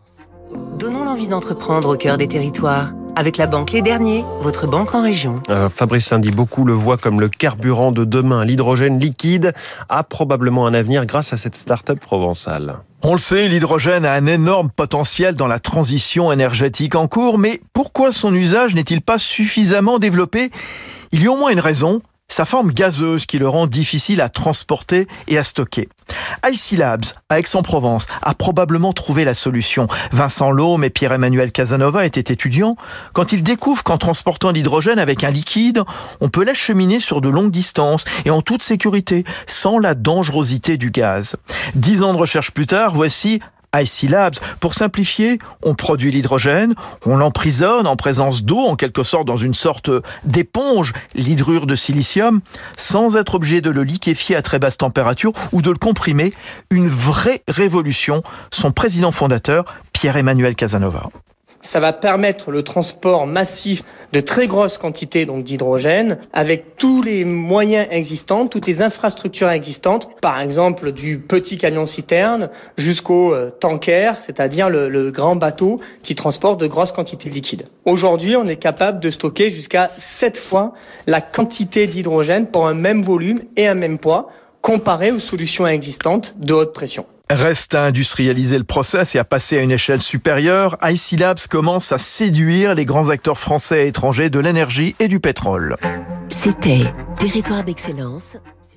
Donnons l'envie d'entreprendre au cœur des territoires. Avec la banque Les Derniers, votre banque en région. Fabrice Lundy, beaucoup le voient comme le carburant de demain. L'hydrogène liquide a probablement un avenir grâce à cette start-up provençale. On le sait, l'hydrogène a un énorme potentiel dans la transition énergétique en cours, mais pourquoi son usage n'est-il pas suffisamment développé ? Il y a au moins une raison. Sa forme gazeuse qui le rend difficile à transporter et à stocker. IC Labs, à Aix-en-Provence, a probablement trouvé la solution. Vincent Laume et Pierre-Emmanuel Casanova étaient étudiants quand ils découvrent qu'en transportant l'hydrogène avec un liquide, on peut l'acheminer sur de longues distances et en toute sécurité, sans la dangerosité du gaz. 10 ans de recherche plus tard, voici IC Labs. Pour simplifier, on produit l'hydrogène, on l'emprisonne en présence d'eau, en quelque sorte dans une sorte d'éponge, l'hydrure de silicium, sans être obligé de le liquéfier à très basse température ou de le comprimer. Une vraie révolution. Son président fondateur, Pierre-Emmanuel Casanova. Ça va permettre le transport massif de très grosses quantités d'hydrogène avec tous les moyens existants, toutes les infrastructures existantes, par exemple du petit camion-citerne jusqu'au tanker, c'est-à-dire le grand bateau qui transporte de grosses quantités de liquide. Aujourd'hui, on est capable de stocker jusqu'à 7 fois la quantité d'hydrogène pour un même volume et un même poids comparé aux solutions existantes de haute pression. Reste à industrialiser le process et à passer à une échelle supérieure. IC Labs commence à séduire les grands acteurs français et étrangers de l'énergie et du pétrole. C'était Territoire d'excellence.